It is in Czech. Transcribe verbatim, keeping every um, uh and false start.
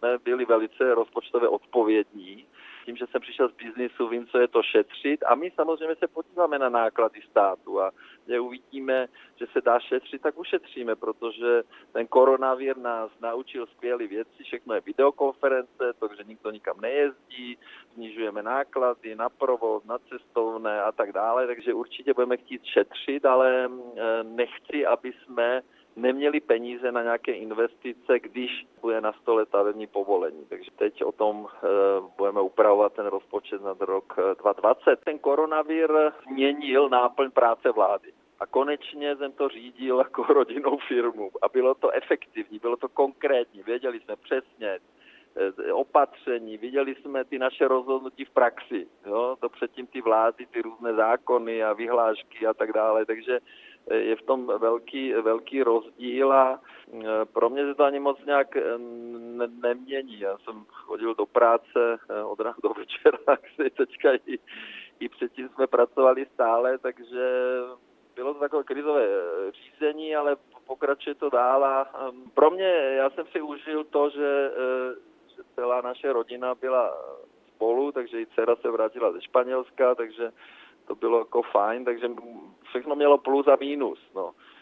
jsme byli velice rozpočtově odpovědní. Tím, že jsem přišel z biznisu, vím, co je to šetřit a my samozřejmě se podíváme na náklady státu a kde uvidíme, že se dá šetřit, tak ušetříme, protože ten koronavir nás naučil skvělé věci, všechno je videokonference, takže nikdo nikam nejezdí, snižujeme náklady na provoz, na cestovné a tak dále, takže určitě budeme chtít šetřit, ale nechci, aby jsme neměli peníze na nějaké investice, když bude na stole stavební povolení. Takže teď o tom e, budeme upravovat ten rozpočet na rok dva tisíce dvacet. Ten koronavir změnil náplň práce vlády. A konečně jsem to řídil jako rodinnou firmu. A bylo to efektivní, bylo to konkrétní. Věděli jsme přesně e, opatření, viděli jsme ty naše rozhodnutí v praxi. Jo? To předtím ty vlády, ty různé zákony a vyhlášky a tak dále. Takže je v tom velký, velký rozdíl a pro mě se to ani moc nějak ne- nemění. Já jsem chodil do práce od rána do večera, teďka i, i předtím jsme pracovali stále, takže bylo to takové krizové řízení, ale pokračuje to dál a pro mě, já jsem si užil to, že, že celá naše rodina byla spolu, takže i dcera se vrátila ze Španělska, takže to bylo jako fajn, takže všechno mělo plus a mínus, no.